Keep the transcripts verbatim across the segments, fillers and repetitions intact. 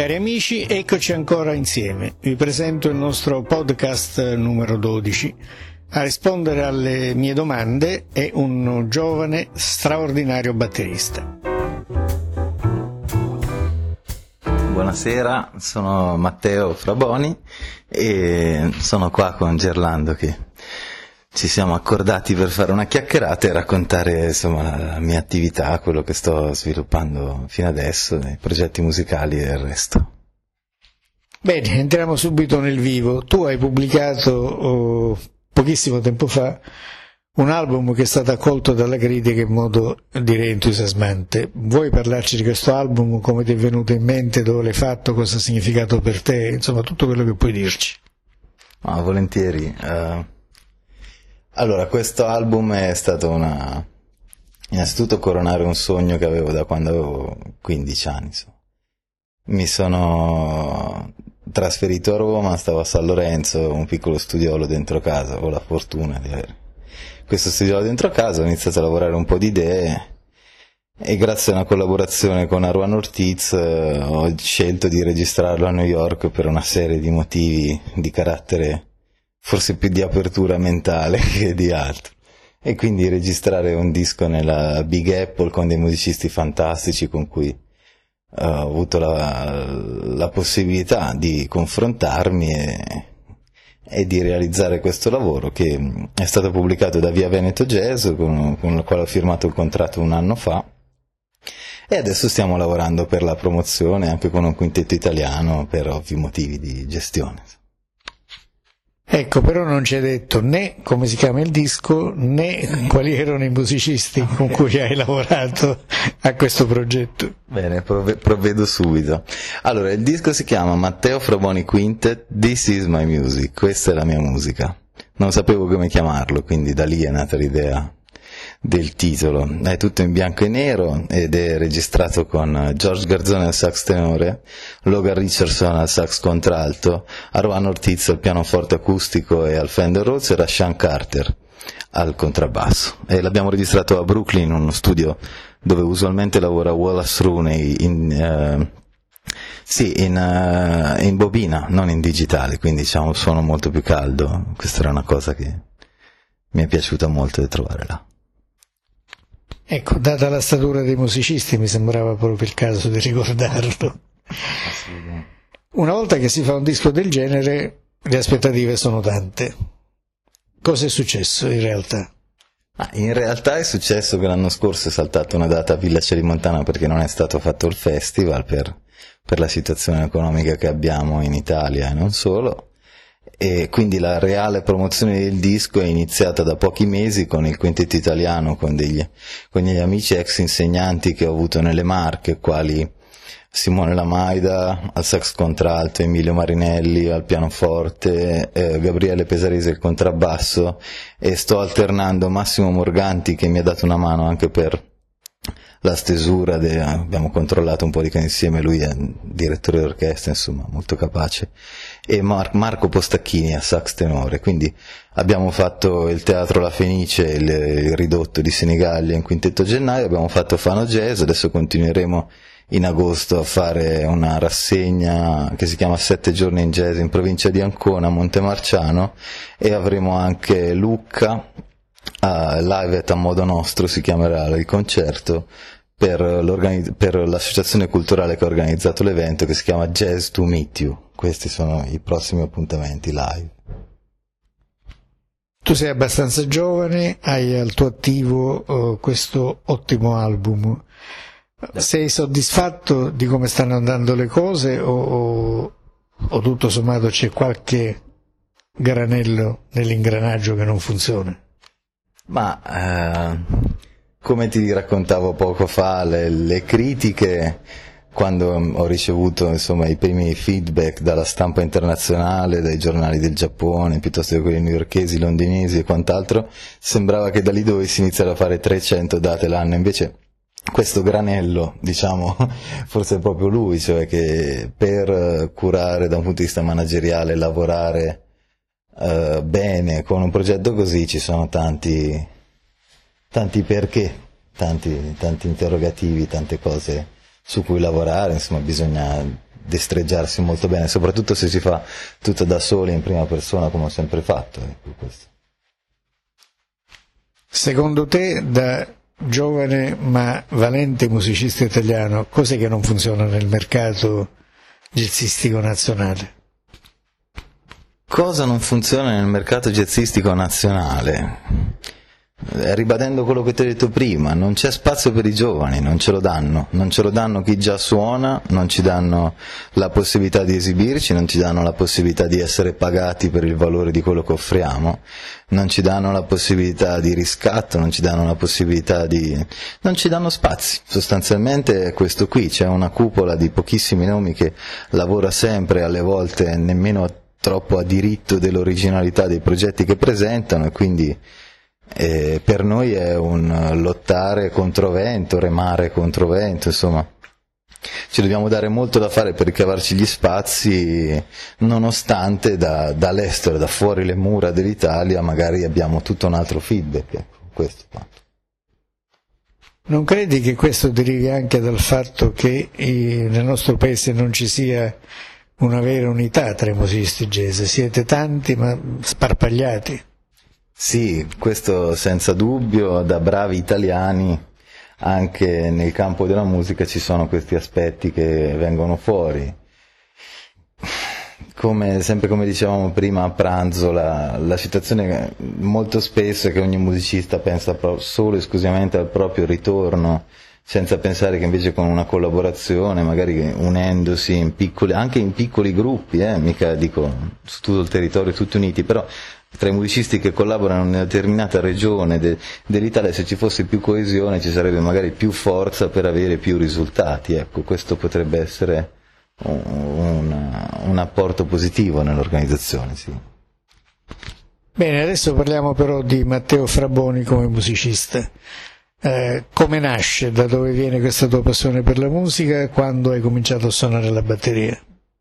Cari amici, eccoci ancora insieme. Vi presento il nostro podcast numero dodici. A rispondere alle mie domande è un giovane straordinario batterista. Buonasera, sono Matteo Fraboni e sono qua con Gerlando che ci siamo accordati per fare una chiacchierata e raccontare insomma la mia attività, quello che sto sviluppando fino adesso, i progetti musicali e il resto. Bene, entriamo subito nel vivo. Tu hai pubblicato oh, pochissimo tempo fa un album che è stato accolto dalla critica in modo, direi, entusiasmante. Vuoi parlarci di questo album? Come ti è venuto in mente? Dove l'hai fatto? Cosa ha significato per te? Insomma, tutto quello che puoi dirci. Ah, volentieri. Uh, allora, questo album è stato una... innanzitutto coronare un sogno che avevo da quando avevo quindici anni. Insomma. Mi sono trasferito a Roma, stavo a San Lorenzo, un piccolo studiolo dentro casa, ho la fortuna di avere questo studio dentro casa, ho iniziato a lavorare un po' di idee e grazie a una collaborazione con Arwan Ortiz eh, ho scelto di registrarlo a New York per una serie di motivi di carattere forse più di apertura mentale che di altro, e quindi registrare un disco nella Big Apple con dei musicisti fantastici con cui uh, ho avuto la, la possibilità di confrontarmi e e di realizzare questo lavoro che è stato pubblicato da Via Veneto Jazz, con, con il quale ho firmato il contratto un anno fa, e adesso stiamo lavorando per la promozione anche con un quintetto italiano per ovvi motivi di gestione. Ecco, però non ci hai detto né come si chiama il disco né quali erano i musicisti con cui hai lavorato a questo progetto. Bene, prov- provvedo subito. Allora, il disco si chiama Matteo Fraboni Quintet, This is my music, questa è la mia musica. Non sapevo come chiamarlo, quindi da lì è nata l'idea del titolo. È tutto in bianco e nero ed è registrato con George Garzone al sax tenore, Logan Richardson al sax contralto, Arwan Ortiz al pianoforte acustico e al Fender Rhodes e Rashan Carter al contrabbasso. E l'abbiamo registrato a Brooklyn, uno studio dove usualmente lavora Wallace Rooney in, uh, sì, in, uh, in bobina, non in digitale, quindi diciamo un suono molto più caldo. Questa era una cosa che mi è piaciuta molto di trovare là. Ecco, data la statura dei musicisti mi sembrava proprio il caso di ricordarlo. Una volta che si fa un disco del genere, le aspettative sono tante. Cosa è successo in realtà? Ah, in realtà è successo che l'anno scorso è saltata una data a Villa Celimontana perché non è stato fatto il festival per, per la situazione economica che abbiamo in Italia e non solo. E quindi la reale promozione del disco è iniziata da pochi mesi con il quintetto italiano, con degli, con degli amici ex insegnanti che ho avuto nelle Marche, quali Simone Lamaida al sax contralto, Emilio Marinelli al pianoforte, eh, Gabriele Pesarese al contrabbasso, e sto alternando Massimo Morganti che mi ha dato una mano anche per la stesura, de, abbiamo controllato un po' di cose insieme, lui è direttore d'orchestra, insomma molto capace, e Mar- Marco Postacchini a sax tenore, quindi abbiamo fatto il Teatro La Fenice, il, il ridotto di Senigallia in quintetto gennaio, abbiamo fatto Fano Jazz, adesso continueremo in agosto a fare una rassegna che si chiama Sette giorni in jazz in provincia di Ancona, Montemarciano, e avremo anche Lucca, Uh, live at a modo nostro si chiamerà il concerto per, per l'associazione culturale che ha organizzato l'evento, che si chiama Jazz to Meet You. Questi sono i prossimi appuntamenti live. Tu sei abbastanza giovane, hai al tuo attivo uh, questo ottimo album. Sei soddisfatto di come stanno andando le cose o, o, o tutto sommato c'è qualche granello nell'ingranaggio che non funziona? Ma eh, come ti raccontavo poco fa, le, le critiche, quando ho ricevuto insomma i primi feedback dalla stampa internazionale, dai giornali del Giappone, piuttosto che quelli newyorkesi, londinesi e quant'altro, sembrava che da lì dovessi iniziare a fare trecento date l'anno, invece questo granello, diciamo, forse è proprio lui, cioè che per curare da un punto di vista manageriale, lavorare Uh, bene con un progetto così ci sono tanti tanti perché, tanti, tanti interrogativi, tante cose su cui lavorare, insomma bisogna destreggiarsi molto bene, soprattutto se si fa tutto da soli in prima persona come ho sempre fatto. Ecco, questo. Secondo te, da giovane ma valente musicista italiano, cos'è che non funziona nel mercato jazzistico nazionale? Cosa non funziona nel mercato jazzistico nazionale? Ribadendo quello che ti ho detto prima, non c'è spazio per i giovani, non ce lo danno, non ce lo danno chi già suona, non ci danno la possibilità di esibirci, non ci danno la possibilità di essere pagati per il valore di quello che offriamo, non ci danno la possibilità di riscatto, non ci danno la possibilità di... non ci danno spazi, sostanzialmente è questo qui, c'è una cupola di pochissimi nomi che lavora sempre, alle volte nemmeno troppo a diritto dell'originalità dei progetti che presentano, e quindi E per noi è un lottare contro vento, remare contro vento, insomma ci dobbiamo dare molto da fare per ricavarci gli spazi, nonostante da, dall'estero, da fuori le mura dell'Italia magari abbiamo tutto un altro feedback, ecco, questo quanto. Non credi che questo derivi anche dal fatto che nel nostro paese non ci sia una vera unità tra i musicisti jazz? Siete tanti ma sparpagliati. Sì, questo senza dubbio, da bravi italiani anche nel campo della musica ci sono questi aspetti che vengono fuori. Come, sempre come dicevamo prima a pranzo, la, la situazione molto spesso è che ogni musicista pensa pro- solo e esclusivamente al proprio ritorno, senza pensare che invece con una collaborazione, magari unendosi in piccoli, anche in piccoli gruppi, eh, mica dico su tutto il territorio tutti uniti, però tra i musicisti che collaborano in una determinata regione de, dell'Italia, se ci fosse più coesione ci sarebbe magari più forza per avere più risultati. Ecco, questo potrebbe essere un, un, un apporto positivo nell'organizzazione, sì. Bene, adesso parliamo però di Matteo Fraboni come musicista. Eh, come nasce, da dove viene questa tua passione per la musica, quando hai cominciato a suonare la batteria?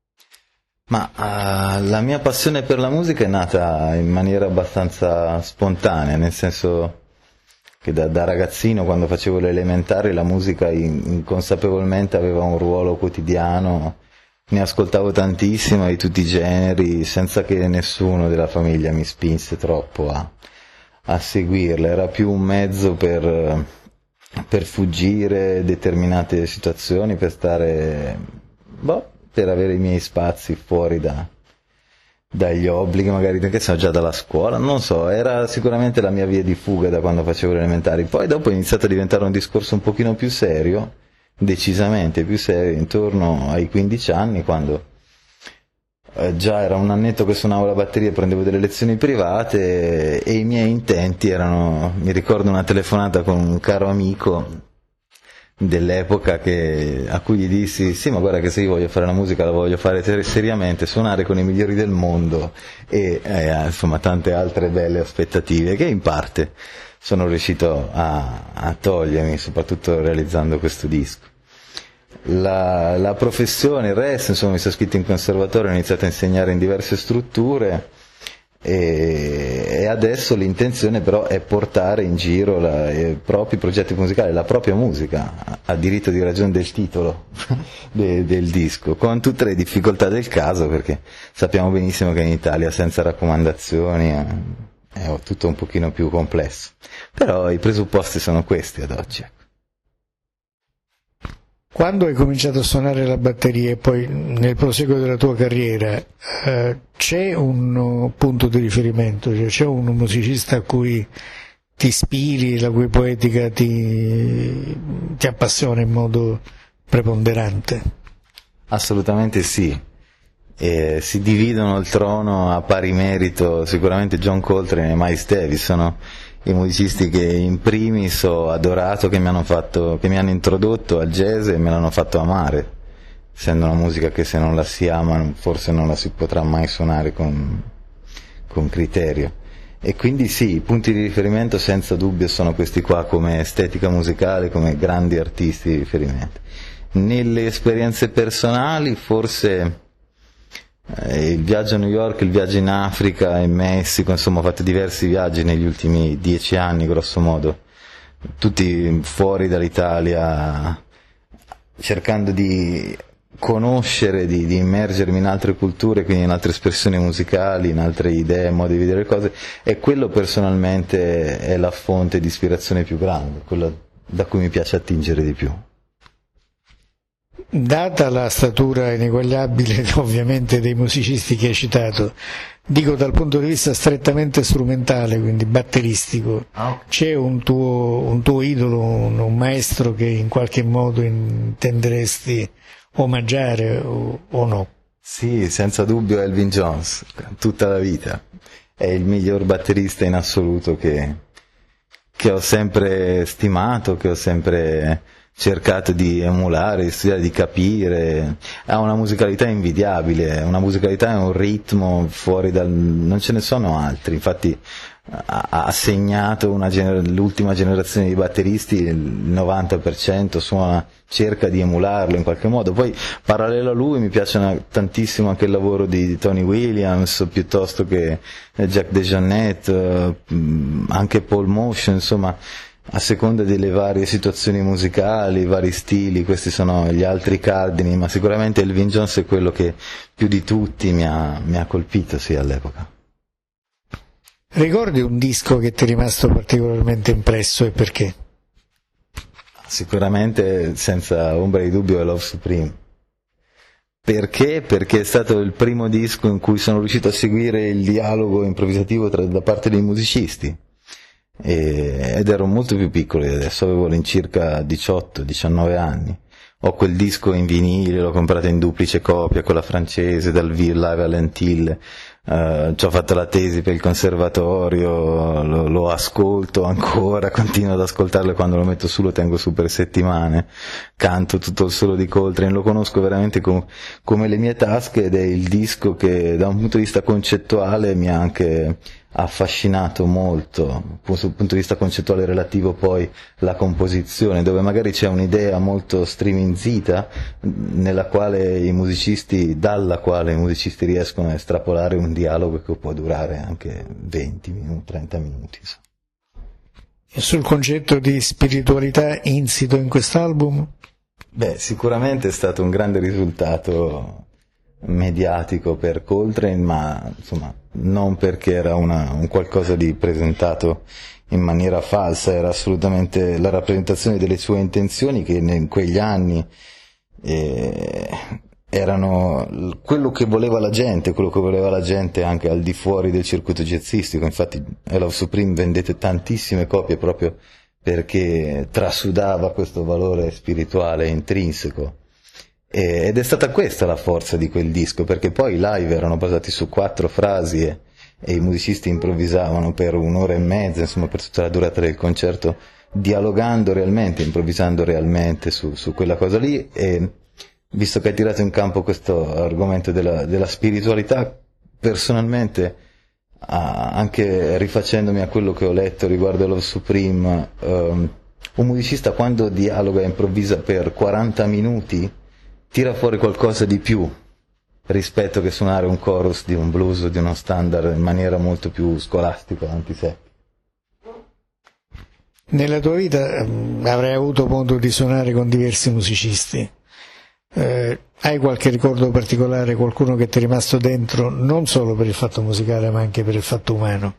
Ma uh, la mia passione per la musica è nata in maniera abbastanza spontanea, nel senso che da, da ragazzino, quando facevo le elementari, la musica in, inconsapevolmente aveva un ruolo quotidiano, ne ascoltavo tantissimo di tutti i generi, senza che nessuno della famiglia mi spinse troppo a, a seguirla, era più un mezzo per, per fuggire determinate situazioni, per stare... boh, per avere i miei spazi fuori da, dagli obblighi, magari perché sono già dalla scuola, non so, era sicuramente la mia via di fuga da quando facevo le elementari. Poi dopo è iniziato a diventare un discorso un pochino più serio, decisamente più serio, intorno ai quindici anni, quando eh, già era un annetto che suonavo la batteria e prendevo delle lezioni private, e i miei intenti erano, mi ricordo una telefonata con un caro amico dell'epoca che, a cui gli dissi: sì, ma guarda che se io voglio fare la musica la voglio fare seriamente, suonare con i migliori del mondo, e eh, insomma tante altre belle aspettative che in parte sono riuscito a, a togliermi, soprattutto realizzando questo disco. La, la professione, il resto, insomma mi sono iscritto in conservatorio, ho iniziato a insegnare in diverse strutture, e, e adesso l'intenzione però è portare in giro la, i propri progetti musicali, la propria musica, a diritto di ragione del titolo de, del disco, con tutte le difficoltà del caso, perché sappiamo benissimo che in Italia senza raccomandazioni è, è tutto un pochino più complesso, però i presupposti sono questi ad oggi. Quando hai cominciato a suonare la batteria e poi nel proseguo della tua carriera, eh, c'è un uh, punto di riferimento, cioè c'è un musicista a cui ti ispiri, la cui poetica ti, ti appassiona in modo preponderante? Assolutamente sì, e si dividono il trono a pari merito sicuramente John Coltrane e Miles Davis, sono i musicisti che in primis ho adorato, che mi hanno fatto, che mi hanno introdotto al jazz e me l'hanno fatto amare, essendo una musica che se non la si ama forse non la si potrà mai suonare con, con criterio. E quindi sì, i punti di riferimento senza dubbio sono questi qua, come estetica musicale, come grandi artisti di riferimento. Nelle esperienze personali forse Eh, il viaggio a New York, il viaggio in Africa, in Messico, insomma ho fatto diversi viaggi negli ultimi dieci anni grosso modo, tutti fuori dall'Italia, cercando di conoscere, di, di immergermi in altre culture, quindi in altre espressioni musicali, in altre idee, modi di vedere le cose, e quello personalmente è la fonte di ispirazione più grande, quello da cui mi piace attingere di più. Data la statura ineguagliabile ovviamente dei musicisti che hai citato, dico dal punto di vista strettamente strumentale, quindi batteristico, c'è un tuo, un tuo idolo, un, un maestro che in qualche modo intenderesti omaggiare o, o no? Sì, senza dubbio Elvin Jones, tutta la vita. È il miglior batterista in assoluto che, che ho sempre stimato, che ho sempre cercato di emulare, di studiare, di capire. Ha una musicalità invidiabile, una musicalità e un ritmo fuori dal... non ce ne sono altri, infatti ha, ha segnato una gener... l'ultima generazione di batteristi, il novanta per cento suona, cerca di emularlo in qualche modo. Poi parallelo a lui mi piace tantissimo anche il lavoro di Tony Williams, piuttosto che Jack DeJohnette, anche Paul Motion, insomma, a seconda delle varie situazioni musicali, vari stili, questi sono gli altri cardini, ma sicuramente Elvin Jones è quello che più di tutti mi ha, mi ha colpito, sì, all'epoca. Ricordi un disco che ti è rimasto particolarmente impresso e perché? Sicuramente, senza ombra di dubbio, è Love Supreme. Perché? Perché è stato il primo disco in cui sono riuscito a seguire il dialogo improvvisativo tra, da parte dei musicisti. E, ed ero molto più piccolo di adesso, avevo all'incirca diciotto diciannove anni. Ho quel disco in vinile, l'ho comprato in duplice copia, quella francese, dal Live a Lentille. Uh, ci ho fatto la tesi per il conservatorio, lo, lo ascolto ancora, continuo ad ascoltarlo e quando lo metto su lo tengo su per settimane, canto tutto il solo di Coltrane, lo conosco veramente com- come le mie tasche ed è il disco che da un punto di vista concettuale mi ha anche affascinato molto, sul punto di vista concettuale relativo poi alla composizione, dove magari c'è un'idea molto striminzita nella quale i musicisti, dalla quale i musicisti riescono a estrapolare un dialogo che può durare anche venti minuti, trenta minuti. E sul concetto di spiritualità insito in quest'album? Beh, sicuramente è stato un grande risultato mediatico per Coltrane, ma insomma non perché era una, un qualcosa di presentato in maniera falsa, era assolutamente la rappresentazione delle sue intenzioni che in quegli anni eh, erano quello che voleva la gente, quello che voleva la gente anche al di fuori del circuito jazzistico. Infatti I Love Supreme vendette tantissime copie proprio perché trasudava questo valore spirituale intrinseco. Ed è stata questa la forza di quel disco, perché poi i live erano basati su quattro frasi e, e i musicisti improvvisavano per un'ora e mezza, insomma per tutta la durata del concerto, dialogando realmente, improvvisando realmente su, su quella cosa lì. E visto che hai tirato in campo questo argomento della, della spiritualità, personalmente, ah, anche rifacendomi a quello che ho letto riguardo Love Supreme, um, un musicista quando dialoga e improvvisa per quaranta minuti tira fuori qualcosa di più rispetto che suonare un chorus di un blues o di uno standard in maniera molto più scolastica, antisecca. Nella tua vita mh, avrai avuto modo di suonare con diversi musicisti. Eh, hai qualche ricordo particolare, qualcuno che ti è rimasto dentro, non solo per il fatto musicale ma anche per il fatto umano?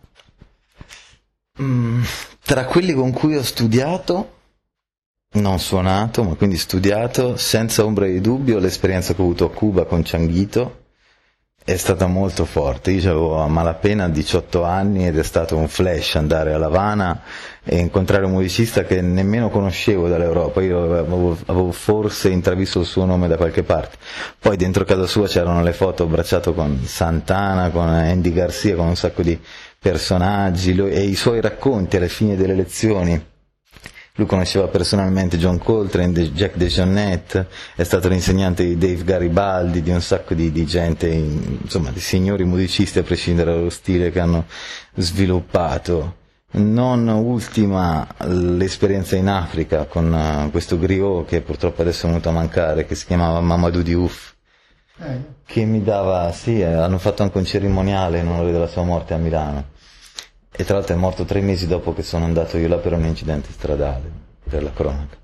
Mm, tra quelli con cui ho studiato, non suonato, ma quindi studiato, senza ombra di dubbio l'esperienza che ho avuto a Cuba con Changuito è stata molto forte. Io avevo a malapena diciotto anni ed è stato un flash andare a La Habana e incontrare un musicista che nemmeno conoscevo dall'Europa. Io avevo, avevo forse intravisto il suo nome da qualche parte. Poi dentro casa sua c'erano le foto abbracciato con Santana, con Andy Garcia, con un sacco di personaggi, lui, e i suoi racconti alle fine delle lezioni. Lui conosceva personalmente John Coltrane, Jack DeJohnette, è stato l'insegnante di Dave Garibaldi, di un sacco di, di gente, insomma di signori musicisti a prescindere dallo stile che hanno sviluppato. Non ultima l'esperienza in Africa con uh, questo griot che purtroppo adesso è venuto a mancare, che si chiamava Mamadou Diouf, eh. che mi dava, sì, hanno fatto anche un cerimoniale in onore della sua morte a Milano. E tra l'altro è morto tre mesi dopo che sono andato io là per un incidente stradale, per la cronaca.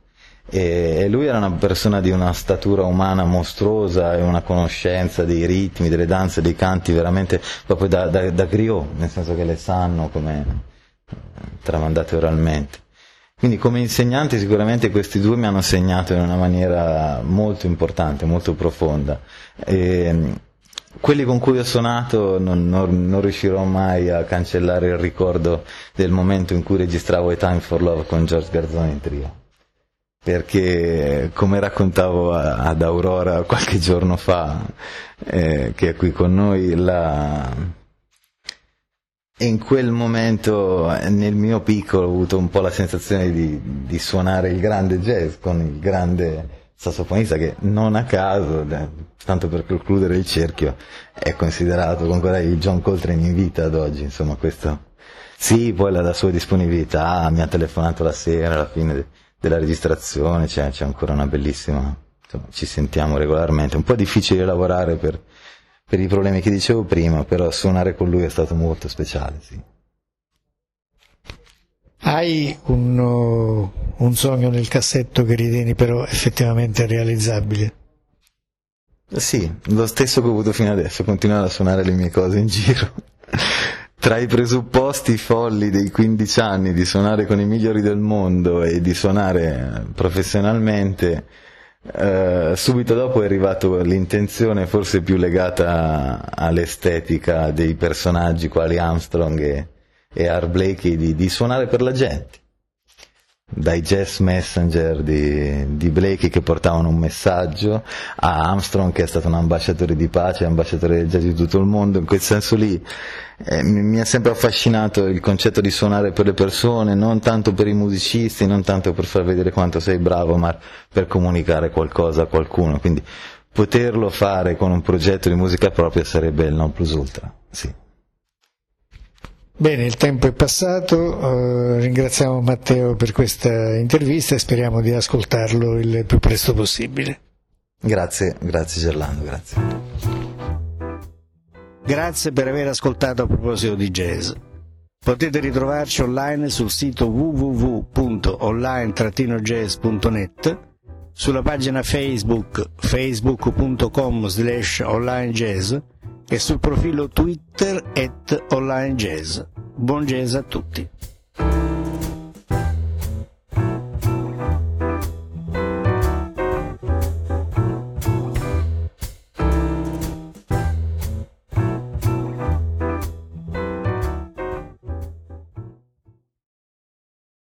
e lui era una persona di una statura umana mostruosa e una conoscenza dei ritmi, delle danze, dei canti veramente proprio da, da, da griot, nel senso che le sanno come tramandate oralmente. Quindi come insegnante sicuramente questi due mi hanno segnato in una maniera molto importante, molto profonda. E quelli con cui ho suonato non, non, non riuscirò mai a cancellare il ricordo del momento in cui registravo A Time for Love con George Garzone in trio, perché come raccontavo ad Aurora qualche giorno fa, eh, che è qui con noi, la... in quel momento nel mio piccolo ho avuto un po' la sensazione di, di suonare il grande jazz con il grande sassofonista che non a caso, tanto per concludere il cerchio, è considerato ancora il John Coltrane in vita ad oggi, insomma questo. Sì, poi la, la sua disponibilità, mi ha telefonato la sera alla fine de, della registrazione, c'è, c'è ancora una bellissima, insomma, ci sentiamo regolarmente, è un po' difficile lavorare per, per i problemi che dicevo prima, però suonare con lui è stato molto speciale, sì. Hai un, uh, un sogno nel cassetto che ritieni però effettivamente realizzabile? Sì, lo stesso che ho avuto fino adesso, continuare a suonare le mie cose in giro. Tra i presupposti folli dei quindici anni di suonare con i migliori del mondo e di suonare professionalmente, eh, subito dopo è arrivato l'intenzione forse più legata all'estetica dei personaggi quali Armstrong e, e Art Blakey di, di suonare per la gente. Dai jazz messenger di, di Blakey che portavano un messaggio, a Armstrong che è stato un ambasciatore di pace, ambasciatore del jazz di tutto il mondo. In quel senso lì eh, mi, mi ha sempre affascinato il concetto di suonare per le persone, non tanto per i musicisti, non tanto per far vedere quanto sei bravo, ma per comunicare qualcosa a qualcuno. Quindi poterlo fare con un progetto di musica propria sarebbe il non plus ultra, sì. Bene, il tempo è passato, uh, ringraziamo Matteo per questa intervista e speriamo di ascoltarlo il più presto possibile. Grazie, grazie Gerlando, grazie. Grazie per aver ascoltato A Proposito di Jazz. Potete ritrovarci online sul sito w w w punto online trattino jazz punto net, sulla pagina Facebook facebook punto com slash online jazz e sul profilo Twitter at online jazz. Buon jazz a tutti.